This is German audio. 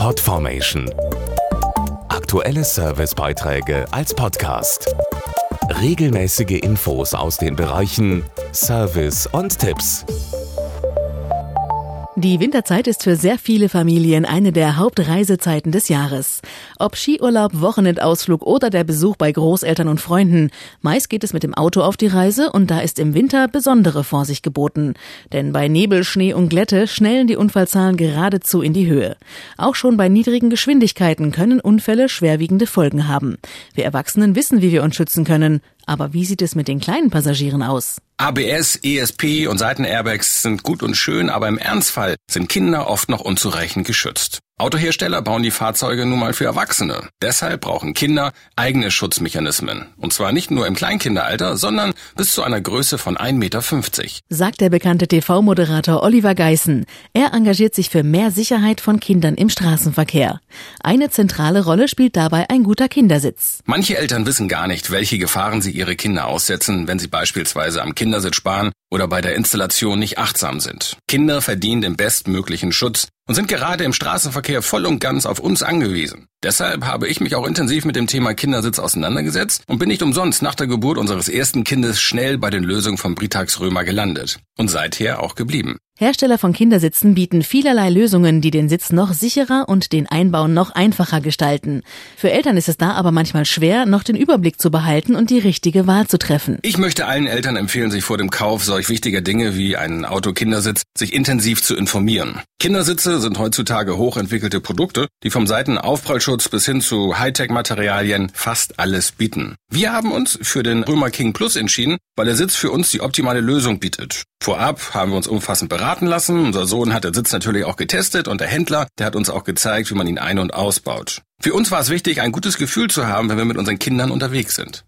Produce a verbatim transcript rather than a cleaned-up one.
Podformation. Aktuelle Servicebeiträge als Podcast. Regelmäßige Infos aus den Bereichen Service und Tipps. Die Winterzeit ist für sehr viele Familien eine der Hauptreisezeiten des Jahres. Ob Skiurlaub, Wochenendausflug oder der Besuch bei Großeltern und Freunden. Meist geht es mit dem Auto auf die Reise und da ist im Winter besondere Vorsicht geboten. Denn bei Nebel, Schnee und Glätte schnellen die Unfallzahlen geradezu in die Höhe. Auch schon bei niedrigen Geschwindigkeiten können Unfälle schwerwiegende Folgen haben. Wir Erwachsenen wissen, wie wir uns schützen können. Aber wie sieht es mit den kleinen Passagieren aus? A B S, E S P und Seitenairbags sind gut und schön, aber im Ernstfall sind Kinder oft noch unzureichend geschützt. Autohersteller bauen die Fahrzeuge nun mal für Erwachsene. Deshalb brauchen Kinder eigene Schutzmechanismen. Und zwar nicht nur im Kleinkinderalter, sondern bis zu einer Größe von ein Meter fünfzig. Sagt der bekannte T V-Moderator Oliver Geißen. Er engagiert sich für mehr Sicherheit von Kindern im Straßenverkehr. Eine zentrale Rolle spielt dabei ein guter Kindersitz. Manche Eltern wissen gar nicht, welche Gefahren sie ihre Kinder aussetzen, wenn sie beispielsweise am Kindersitz sparen oder bei der Installation nicht achtsam sind. Kinder verdienen den bestmöglichen Schutz und sind gerade im Straßenverkehr voll und ganz auf uns angewiesen. Deshalb habe ich mich auch intensiv mit dem Thema Kindersitz auseinandergesetzt und bin nicht umsonst nach der Geburt unseres ersten Kindes schnell bei den Lösungen von Britax Römer gelandet und seither auch geblieben. Hersteller von Kindersitzen bieten vielerlei Lösungen, die den Sitz noch sicherer und den Einbau noch einfacher gestalten. Für Eltern ist es da aber manchmal schwer, noch den Überblick zu behalten und die richtige Wahl zu treffen. Ich möchte allen Eltern empfehlen, sich vor dem Kauf solch wichtiger Dinge wie einen Auto-Kindersitz sich intensiv zu informieren. Kindersitze sind heutzutage hochentwickelte Produkte, die vom Seitenaufprallschutz bis hin zu Hightech-Materialien fast alles bieten. Wir haben uns für den Römer King Plus entschieden, weil der Sitz für uns die optimale Lösung bietet. Vorab haben wir uns umfassend beraten lassen. Unser Sohn hat den Sitz natürlich auch getestet und der Händler, der hat uns auch gezeigt, wie man ihn ein- und ausbaut. Für uns war es wichtig, ein gutes Gefühl zu haben, wenn wir mit unseren Kindern unterwegs sind.